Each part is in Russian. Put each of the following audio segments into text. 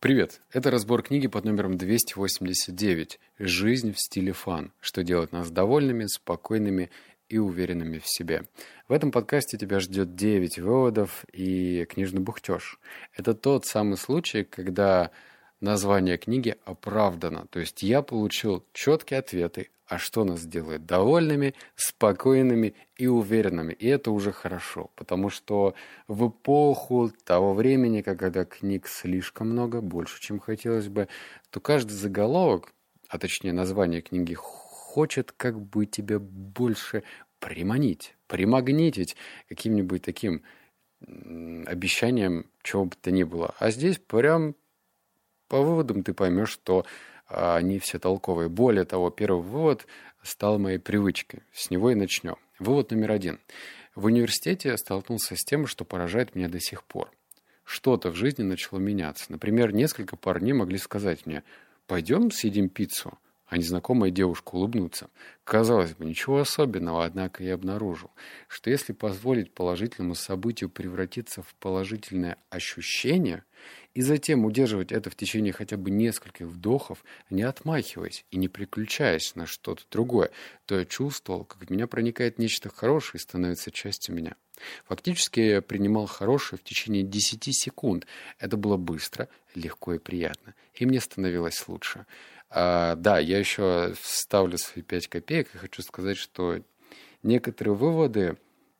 Привет! Это разбор книги под номером 289 «Жизнь в стиле фан. Что делает нас довольными, спокойными и уверенными в себе». В этом подкасте тебя ждет 9 выводов и книжный бухтеж. Это тот самый случай, когда название книги оправдано. То есть я получил четкие ответы, а что нас делает довольными, спокойными и уверенными. И это уже хорошо, потому что в эпоху того времени, когда книг слишком много, больше, чем хотелось бы, то каждый заголовок, а точнее название книги, хочет как бы тебя больше приманить, примагнитить каким-нибудь таким обещанием, чего бы то ни было. А здесь прям по выводам ты поймешь, что они все толковые. Более того, первый вывод стал моей привычкой. С него и начнем. Вывод номер 1. В университете я столкнулся с тем, что поражает меня до сих пор. Что-то в жизни начало меняться. Например, несколько парней могли сказать мне: «Пойдем съедим пиццу», а незнакомая девушка улыбнуться. Казалось бы, ничего особенного, однако я обнаружил, что если позволить положительному событию превратиться в положительное ощущение и затем удерживать это в течение хотя бы нескольких вдохов, не отмахиваясь и не переключаясь на что-то другое, то я чувствовал, как в меня проникает нечто хорошее и становится частью меня. Фактически я принимал хорошее в течение 10 секунд. Это было быстро, легко и приятно. И мне становилось лучше. Да, я еще вставлю свои 5 копеек и хочу сказать, что некоторые выводы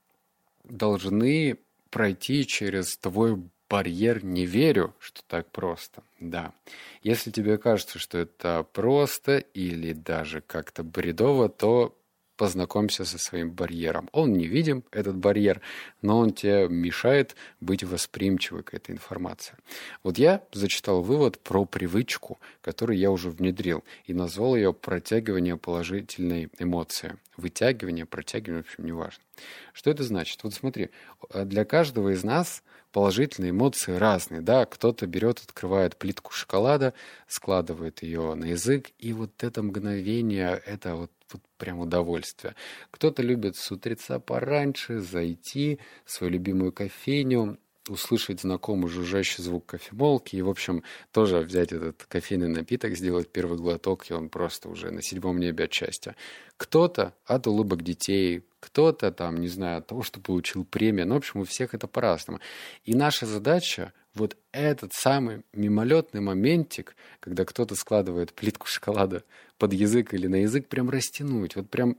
должны пройти через твой барьер «не верю, что так просто». Да. Если тебе кажется, что это просто или даже как-то бредово, то познакомься со своим барьером. Он невидим, этот барьер, но он тебе мешает быть восприимчивым к этой информации. Вот я зачитал вывод про привычку, который я уже внедрил, и назвал ее «протягивание положительной эмоции». Вытягивание, протягивание, в общем, неважно. Что это значит? Вот смотри, для каждого из нас положительные эмоции разные, да, кто-то берет, открывает плитку шоколада, складывает ее на язык, и вот это мгновение, это вот прям удовольствие. Кто-то любит с утреца пораньше зайти в свою любимую кофейню, услышать знакомый жужжащий звук кофемолки и, в общем, тоже взять этот кофейный напиток, сделать первый глоток, и он просто уже на 7 небе от счастья. Кто-то от улыбок детей, кто-то там, не знаю, от того, что получил премию. Ну, в общем, у всех это по-разному. И наша задача вот этот самый мимолетный моментик, когда кто-то складывает плитку шоколада под язык или на язык, прям растянуть, вот прям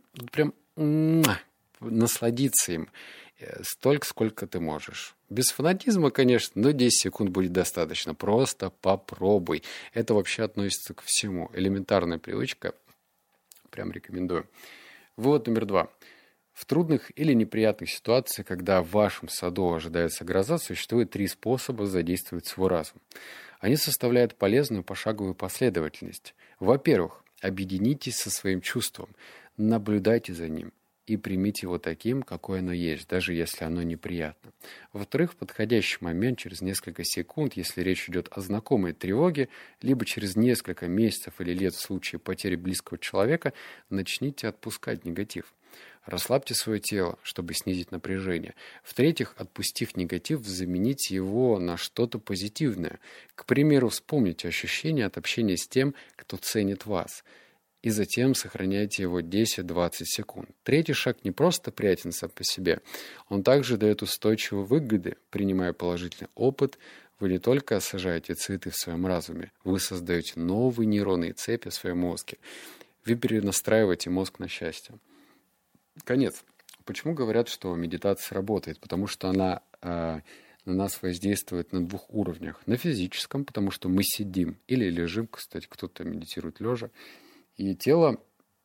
насладиться им столько, сколько ты можешь. Без фанатизма, конечно, но 10 секунд будет достаточно. Просто попробуй. Это вообще относится ко всему. Элементарная привычка. Прям рекомендую. Вывод номер 2. В трудных или неприятных ситуациях, когда в вашем саду ожидается гроза, существует 3 способа задействовать свой разум. Они составляют полезную пошаговую последовательность. Во-первых, объединитесь со своим чувством, наблюдайте за ним и примите его таким, какое оно есть, даже если оно неприятно. Во-вторых, в подходящий момент, через несколько секунд, если речь идет о знакомой тревоге, либо через несколько месяцев или лет в случае потери близкого человека, начните отпускать негатив. Расслабьте свое тело, чтобы снизить напряжение. В-третьих, отпустив негатив, замените его на что-то позитивное. К примеру, вспомните ощущение от общения с тем, кто ценит вас. И затем сохраняйте его 10-20 секунд. Третий шаг не просто приятен сам по себе. Он также дает устойчивые выгоды. Принимая положительный опыт, вы не только сажаете цветы в своем разуме, вы создаете новые нейронные цепи в своем мозге. Вы перенастраиваете мозг на счастье. Конец. Почему говорят, что медитация работает? Потому что она на нас воздействует на 2 уровнях. На физическом, потому что мы сидим или лежим, кстати, кто-то медитирует лежа, и тело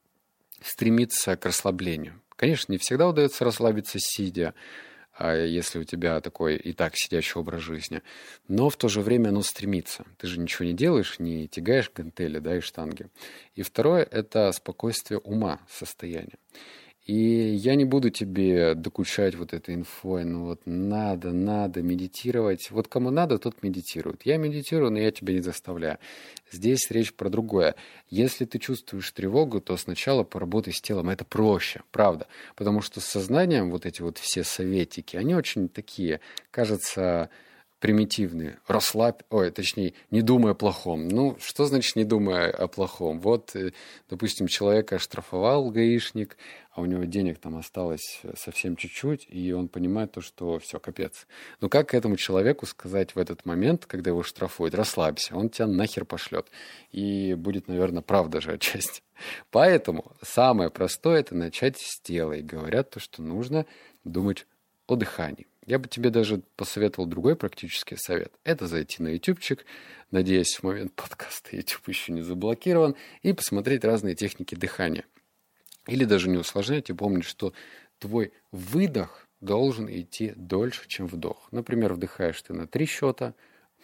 стремится к расслаблению. Конечно, не всегда удается расслабиться сидя, если у тебя такой и так сидящий образ жизни, но в то же время оно стремится. Ты же ничего не делаешь, не тягаешь гантели, да, и штанги. И второе – это спокойствие ума, состояние. И я не буду тебе докучать вот этой инфой, ну вот надо медитировать. Вот кому надо, тот медитирует. Я медитирую, но я тебя не заставляю. Здесь речь про другое. Если ты чувствуешь тревогу, то сначала поработай с телом. Это проще, правда. Потому что с сознанием вот эти вот все советики, они очень такие, кажется, примитивные. Расслабь, точнее, не думай о плохом. Ну, что значит не думай о плохом? Вот, допустим, человека оштрафовал гаишник, а у него денег там осталось совсем чуть-чуть, и он понимает то, что все, капец. Но как этому человеку сказать в этот момент, когда его штрафуют, расслабься, он тебя нахер пошлет. И будет, наверное, правда же отчасти. Поэтому самое простое – это начать с тела. И говорят то, что нужно думать о дыхании. Я бы тебе даже посоветовал другой практический совет. Это зайти на ютубчик, надеюсь, в момент подкаста YouTube еще не заблокирован, и посмотреть разные техники дыхания. Или даже не усложнять и помнить, что твой выдох должен идти дольше, чем вдох. Например, вдыхаешь ты на 3 счета.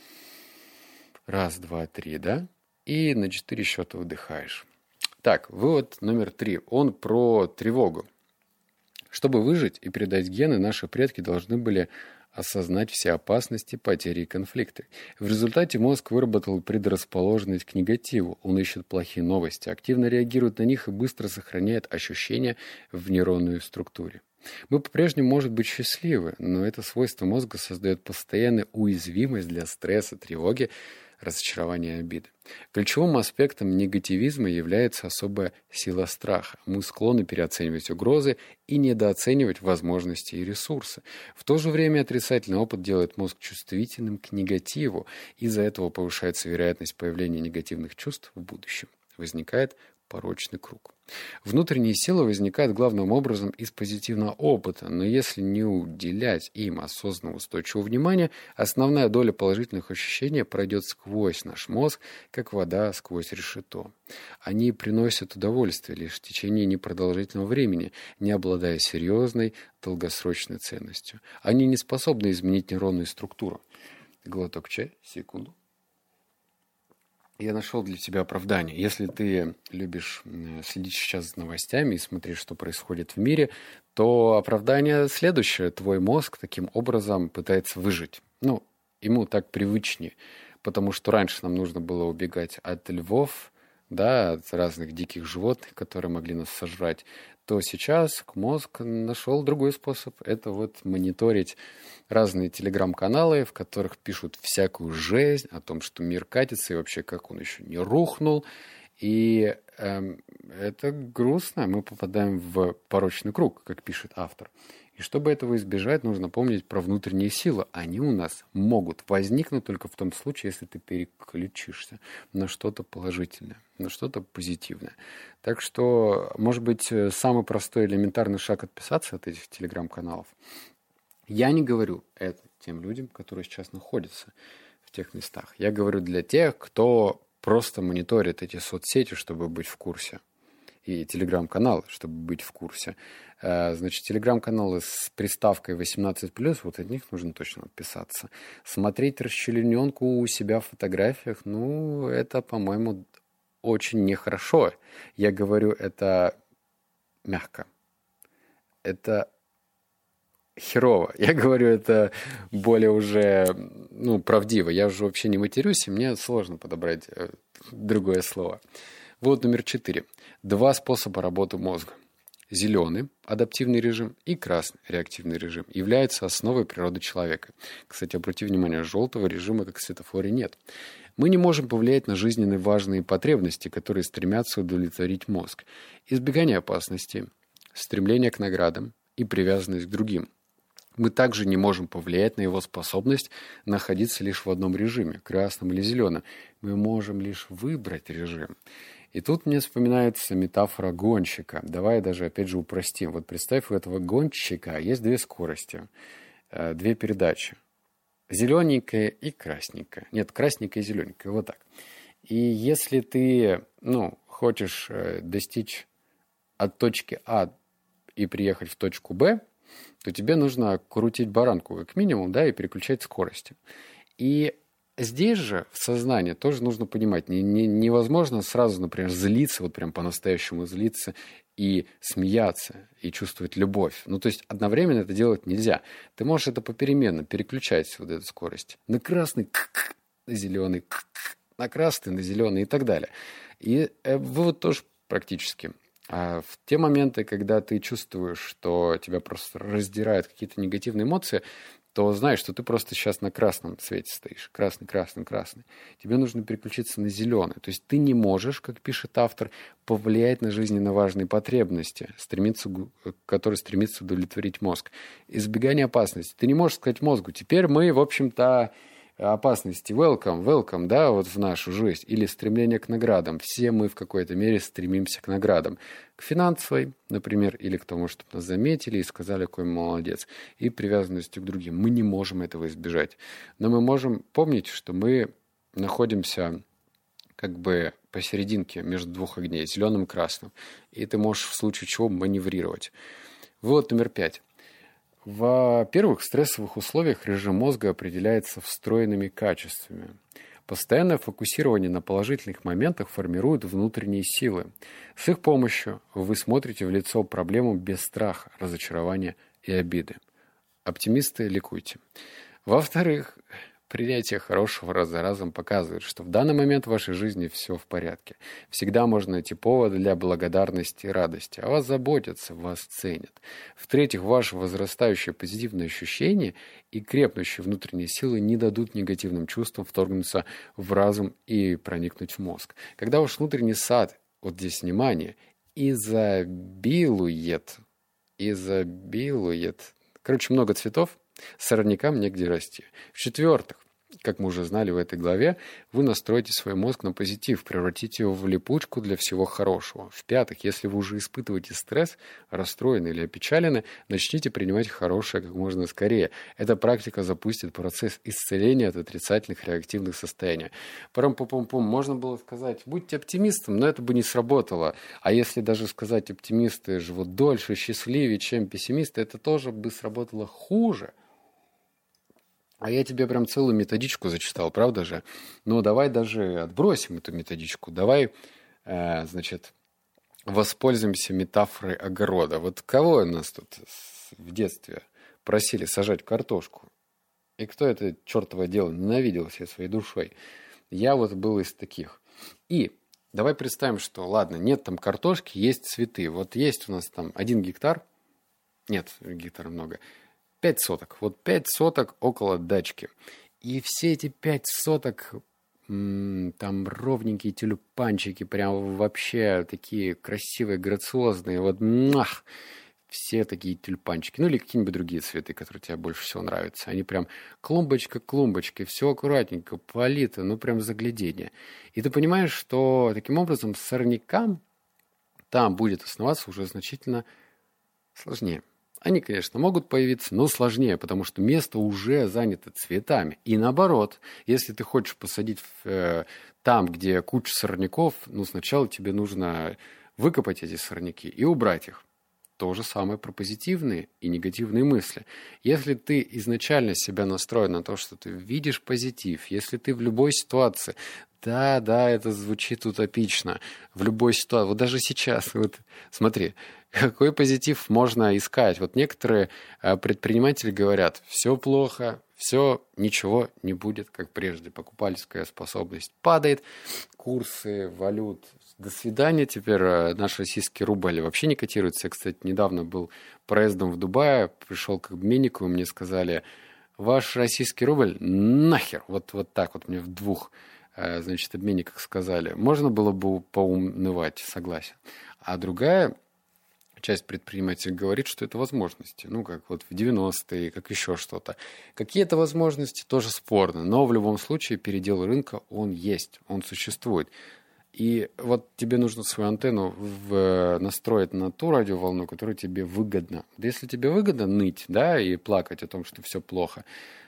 1, 2, 3, да? И на 4 счета выдыхаешь. Так, вывод номер 3. Он про тревогу. Чтобы выжить и передать гены, наши предки должны были осознать все опасности, потери и конфликты. В результате мозг выработал предрасположенность к негативу. Он ищет плохие новости, активно реагирует на них и быстро сохраняет ощущения в нейронной структуре. Мы по-прежнему можем быть счастливы, но это свойство мозга создает постоянную уязвимость для стресса, тревоги, разочарования и обиды. Ключевым аспектом негативизма является особая сила страха. Мы склонны переоценивать угрозы и недооценивать возможности и ресурсы. В то же время отрицательный опыт делает мозг чувствительным к негативу. Из-за этого повышается вероятность появления негативных чувств в будущем. Возникает порочный круг. Внутренние силы возникают главным образом из позитивного опыта, но если не уделять им осознанного устойчивого внимания, основная доля положительных ощущений пройдет сквозь наш мозг, как вода сквозь решето. Они приносят удовольствие лишь в течение непродолжительного времени, не обладая серьезной долгосрочной ценностью. Они не способны изменить нейронную структуру. Глоток чая, секунду. Я нашел для тебя оправдание. Если ты любишь следить сейчас за новостями и смотреть, что происходит в мире, то оправдание следующее. Твой мозг таким образом пытается выжить. Ему так привычнее, потому что раньше нам нужно было убегать от львов, да, от разных диких животных, которые могли нас сожрать, то сейчас мозг нашел другой способ. Это мониторить разные телеграм-каналы, в которых пишут всякую жесть о том, что мир катится и вообще как он еще не рухнул. И это грустно. Мы попадаем в порочный круг, как пишет автор. И чтобы этого избежать, нужно помнить про внутренние силы. Они у нас могут возникнуть только в том случае, если ты переключишься на что-то положительное, на что-то позитивное. Так что, может быть, самый простой элементарный шаг отписаться от этих телеграм-каналов. Я не говорю это тем людям, которые сейчас находятся в тех местах. Я говорю для тех, кто просто мониторит эти соцсети, чтобы быть в курсе. И телеграм-каналы, чтобы быть в курсе. Значит, телеграм-каналы с приставкой 18+, от них нужно точно отписаться. Смотреть расчлененку у себя в фотографиях, это, по-моему, очень нехорошо. Я говорю это мягко. Это херово. Я говорю это более уже, правдиво. Я уже вообще не матерюсь, и мне сложно подобрать другое слово. Вывод номер 4. 2 способа работы мозга. Зеленый – адаптивный режим и красный – реактивный режим являются основой природы человека. Кстати, обрати внимание, желтого режима как в светофоре нет. Мы не можем повлиять на жизненно важные потребности, которые стремятся удовлетворить мозг. Избегание опасности, стремление к наградам и привязанность к другим. Мы также не можем повлиять на его способность находиться лишь в одном режиме – красном или зеленом. Мы можем лишь выбрать режим. И тут мне вспоминается метафора гонщика. Давай даже опять же упростим. Представь, у этого гонщика есть 2 скорости, 2 передачи. Зелененькая и красненькая. Нет, красненькая и зелененькая. Вот так. И если ты, хочешь достичь от точки А и приехать в точку Б, то тебе нужно крутить баранку как минимум, да, и переключать скорости. И здесь же в сознании тоже нужно понимать, невозможно сразу, например, злиться, прям по-настоящему злиться и смеяться, и чувствовать любовь. То есть одновременно это делать нельзя. Ты можешь это попеременно переключать, эту скорость. На красный, на зеленый, на красный, на зеленый и так далее. И вывод тоже практически. А в те моменты, когда ты чувствуешь, что тебя просто раздирают какие-то негативные эмоции, то знай, что ты просто сейчас на красном цвете стоишь. Красный, красный, красный. Тебе нужно переключиться на зеленый. То есть ты не можешь, как пишет автор, повлиять на жизненно важные потребности, которые стремится удовлетворить мозг. Избегание опасности. Ты не можешь сказать мозгу: теперь мы, в общем-то, опасности. Welcome, welcome, да, вот в нашу жизнь. Или стремление к наградам. Все мы в какой-то мере стремимся к наградам. К финансовой, например, или к тому, чтобы нас заметили и сказали, какой молодец. И привязанностью к другим. Мы не можем этого избежать. Но мы можем помнить, что мы находимся как бы посерединке между двух огней, зеленым и красным. И ты можешь в случае чего маневрировать. Вывод номер 5. Во-первых, в стрессовых условиях режим мозга определяется встроенными качествами. Постоянное фокусирование на положительных моментах формирует внутренние силы. С их помощью вы смотрите в лицо проблемам без страха, разочарования и обиды. Оптимисты, ликуйте. Во-вторых, принятие хорошего раз за разом показывает, что в данный момент в вашей жизни все в порядке. Всегда можно найти повод для благодарности и радости. О вас заботятся, вас ценят. В-третьих, ваше возрастающее позитивное ощущение и крепнущие внутренние силы не дадут негативным чувствам вторгнуться в разум и проникнуть в мозг. Когда ваш внутренний сад, вот здесь внимание, изобилует, короче, много цветов, сорнякам негде расти. В-четвертых, как мы уже знали в этой главе, вы настроите свой мозг на позитив, превратите его в липучку для всего хорошего. В-пятых, если вы уже испытываете стресс, расстроены или опечалены, начните принимать хорошее как можно скорее. Эта практика запустит процесс исцеления от отрицательных реактивных состояний. Парам-пум-пум-пум. Можно было сказать: будьте оптимистом, но это бы не сработало. А если даже сказать: оптимисты живут дольше, счастливее, чем пессимисты, это тоже бы сработало хуже. А я тебе прям целую методичку зачитал, правда же? Но давай даже отбросим эту методичку. Давай, воспользуемся метафорой огорода. Вот кого нас тут в детстве просили сажать картошку? И кто это чертово дело ненавидел всей своей душой? Я вот был из таких. И давай представим, что, ладно, нет там картошки, есть цветы. Вот есть у нас там 1 гектар. Нет, гектар много. 5 соток. Вот 5 соток около дачки. И все эти 5 соток, там ровненькие тюльпанчики, прям вообще такие красивые, грациозные. Вот все такие тюльпанчики. Ну или какие-нибудь другие цветы, которые тебе больше всего нравятся. Они прям клумбочка к клумбочке, все аккуратненько, полито, ну прям загляденье. И ты понимаешь, что таким образом сорнякам там будет основаться уже значительно сложнее. Они, конечно, могут появиться, но сложнее, потому что место уже занято цветами. И наоборот, если ты хочешь посадить там, где куча сорняков, ну, сначала тебе нужно выкопать эти сорняки и убрать их. То же самое про позитивные и негативные мысли. Если ты изначально себя настроен на то, что ты видишь позитив, если ты в любой ситуации, да, это звучит утопично, в любой ситуации, вот даже сейчас, вот смотри, какой позитив можно искать? Вот некоторые предприниматели говорят: все плохо, все, ничего не будет, как прежде. Покупательская способность падает, курсы валют. До свидания, теперь наш российский рубль вообще не котируется. Я, кстати, недавно был проездом в Дубае, пришел к обменнику, и мне сказали: ваш российский рубль нахер. Вот так вот мне в 2 обменниках сказали. Можно было бы поунывать, согласен. А другая часть предпринимателей говорит, что это возможности. Ну, как вот в 90-е, как еще что-то. Какие-то возможности тоже спорно, но в любом случае передел рынка, он есть, он существует. И вот тебе нужно свою антенну настроить на ту радиоволну, которая тебе выгодна. Да если тебе выгодно ныть, да, и плакать о том, что все плохо,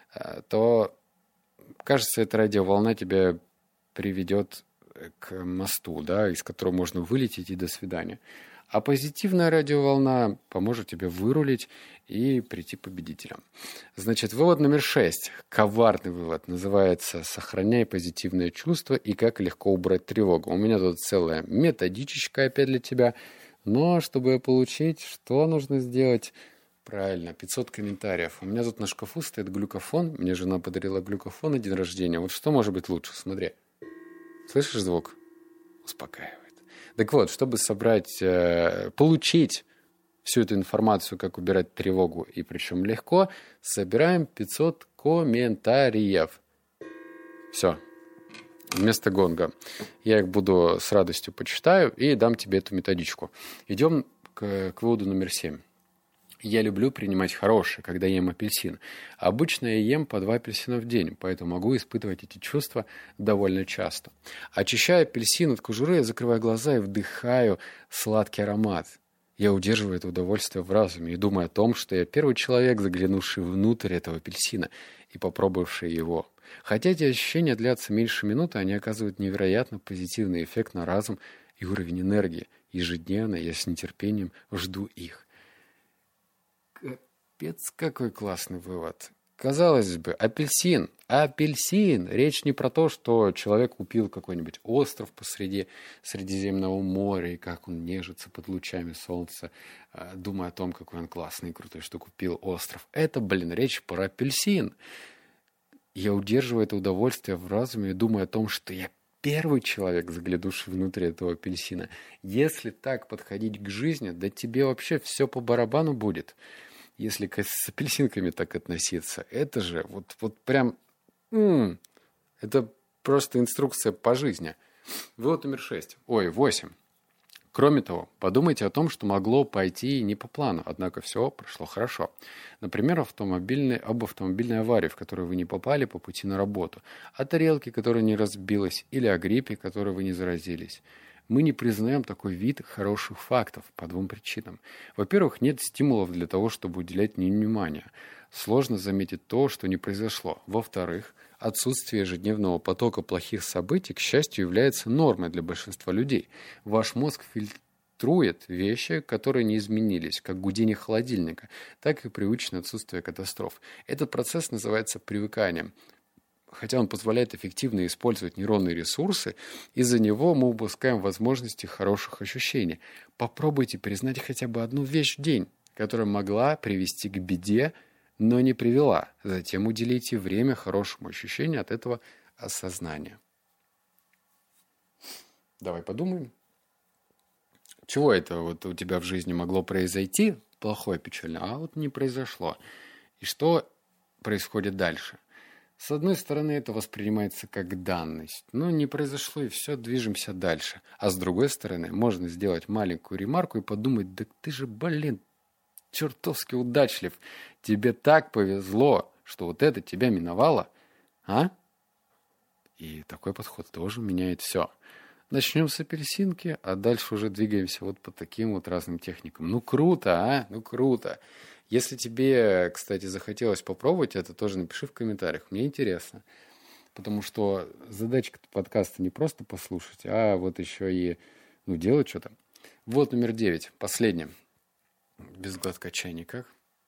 то, кажется, эта радиоволна тебя приведет к мосту, да, из которого можно вылететь и до свидания. А позитивная радиоволна поможет тебе вырулить и прийти победителем. Значит, вывод номер 6. Коварный вывод. Называется «Сохраняй позитивное чувство и как легко убрать тревогу». У меня тут целая методичечка опять для тебя. Но чтобы ее получить, что нужно сделать? Правильно, 500 комментариев. У меня тут на шкафу стоит глюкофон. Мне жена подарила глюкофон на день рождения. Вот что может быть лучше? Смотри. Слышишь звук? Успокаивает. Так вот, чтобы получить всю эту информацию, как убирать тревогу, и причем легко, собираем 500 комментариев. Все. Вместо гонга. Я их буду с радостью почитаю и дам тебе эту методичку. Идем к выводу номер 7. Я люблю принимать хорошее, когда ем апельсин. Обычно я ем по 2 апельсина в день, поэтому могу испытывать эти чувства довольно часто. Очищая апельсин от кожуры, я закрываю глаза и вдыхаю сладкий аромат. Я удерживаю это удовольствие в разуме и думаю о том, что я первый человек, заглянувший внутрь этого апельсина и попробовавший его. Хотя эти ощущения длятся меньше минуты, они оказывают невероятно позитивный эффект на разум и уровень энергии. Ежедневно я с нетерпением жду их. Капец, какой классный вывод. Казалось бы, апельсин. Речь не про то, что человек купил какой-нибудь остров посреди Средиземного моря, и как он нежится под лучами солнца, думая о том, какой он классный и крутой, что купил остров. Это, речь про апельсин. Я удерживаю это удовольствие в разуме и думаю о том, что я первый человек, заглянувший внутрь этого апельсина. Если так подходить к жизни, да тебе вообще все по барабану будет. Если с апельсинками так относиться, это же вот прям... это просто инструкция по жизни. Вывод номер 8. Кроме того, подумайте о том, что могло пойти не по плану, однако все прошло хорошо. Например, об автомобильной аварии, в которую вы не попали по пути на работу, о тарелке, которая не разбилась, или о гриппе, которой вы не заразились. Мы не признаем такой вид хороших фактов по 2 причинам. Во-первых, нет стимулов для того, чтобы уделять им внимание. Сложно заметить то, что не произошло. Во-вторых, отсутствие ежедневного потока плохих событий, к счастью, является нормой для большинства людей. Ваш мозг фильтрует вещи, которые не изменились, как гудение холодильника, так и привычное отсутствие катастроф. Этот процесс называется привыканием. Хотя он позволяет эффективно использовать нейронные ресурсы, из-за него мы упускаем возможности хороших ощущений. Попробуйте признать хотя бы одну вещь в день, которая могла привести к беде, но не привела. Затем уделите время хорошему ощущению от этого осознания. Давай подумаем. Чего это у тебя в жизни могло произойти, плохое, печальное, а не произошло? И что происходит дальше? С одной стороны, это воспринимается как данность. Не произошло, и все, движемся дальше. А с другой стороны, можно сделать маленькую ремарку и подумать, да ты же, чертовски удачлив. Тебе так повезло, что это тебя миновало. И такой подход тоже меняет все. Начнем с апельсинки, а дальше уже двигаемся по таким разным техникам. Круто, круто. Если тебе, кстати, захотелось попробовать это, тоже напиши в комментариях. Мне интересно. Потому что задачка подкаста не просто послушать, а еще и делать что-то. Номер 9, последнее. Без глотка чая никак.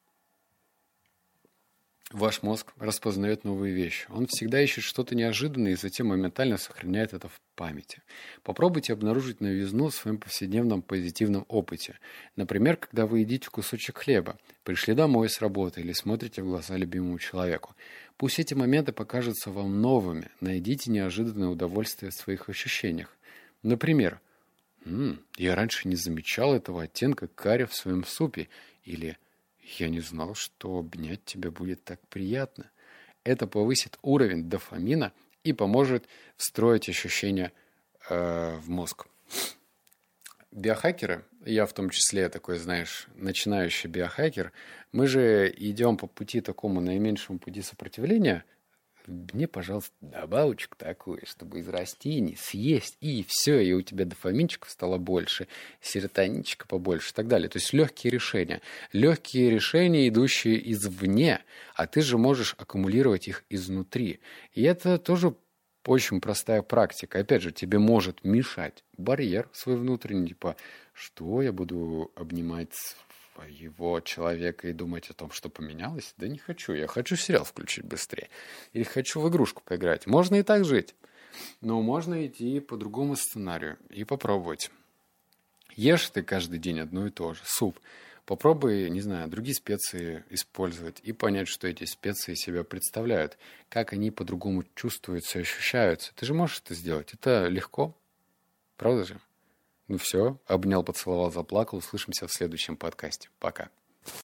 Ваш мозг распознает новые вещи. Он всегда ищет что-то неожиданное и затем моментально сохраняет это в памяти. Попробуйте обнаружить новизну в своем повседневном позитивном опыте. Например, когда вы едите кусочек хлеба, пришли домой с работы или смотрите в глаза любимому человеку. Пусть эти моменты покажутся вам новыми. Найдите неожиданное удовольствие в своих ощущениях. Например, я раньше не замечал этого оттенка карри в своем супе. Или я не знал, что обнять тебя будет так приятно. Это повысит уровень дофамина и поможет встроить ощущения в мозг. Биохакеры, я в том числе такой, начинающий биохакер, мы же идем по пути такому наименьшему пути сопротивления. Мне, пожалуйста, добавочку такую, чтобы из растений съесть, и все, и у тебя дофаминчиков стало больше, серотонинчика побольше и так далее. То есть легкие решения, идущие извне, а ты же можешь аккумулировать их изнутри. И это тоже очень простая практика. Опять же, тебе может мешать барьер свой внутренний, что я буду обнимать его человека и думать о том, что поменялось? Да не хочу. Я хочу сериал включить быстрее. Или хочу в игрушку поиграть. Можно и так жить. Но можно идти по другому сценарию и попробовать. Ешь ты каждый день одно и то же. Суп. Попробуй, другие специи использовать и понять, что эти специи себя представляют. Как они по-другому чувствуются и ощущаются. Ты же можешь это сделать. Это легко. Правда же? Ну все, обнял, поцеловал, заплакал. Услышимся в следующем подкасте. Пока.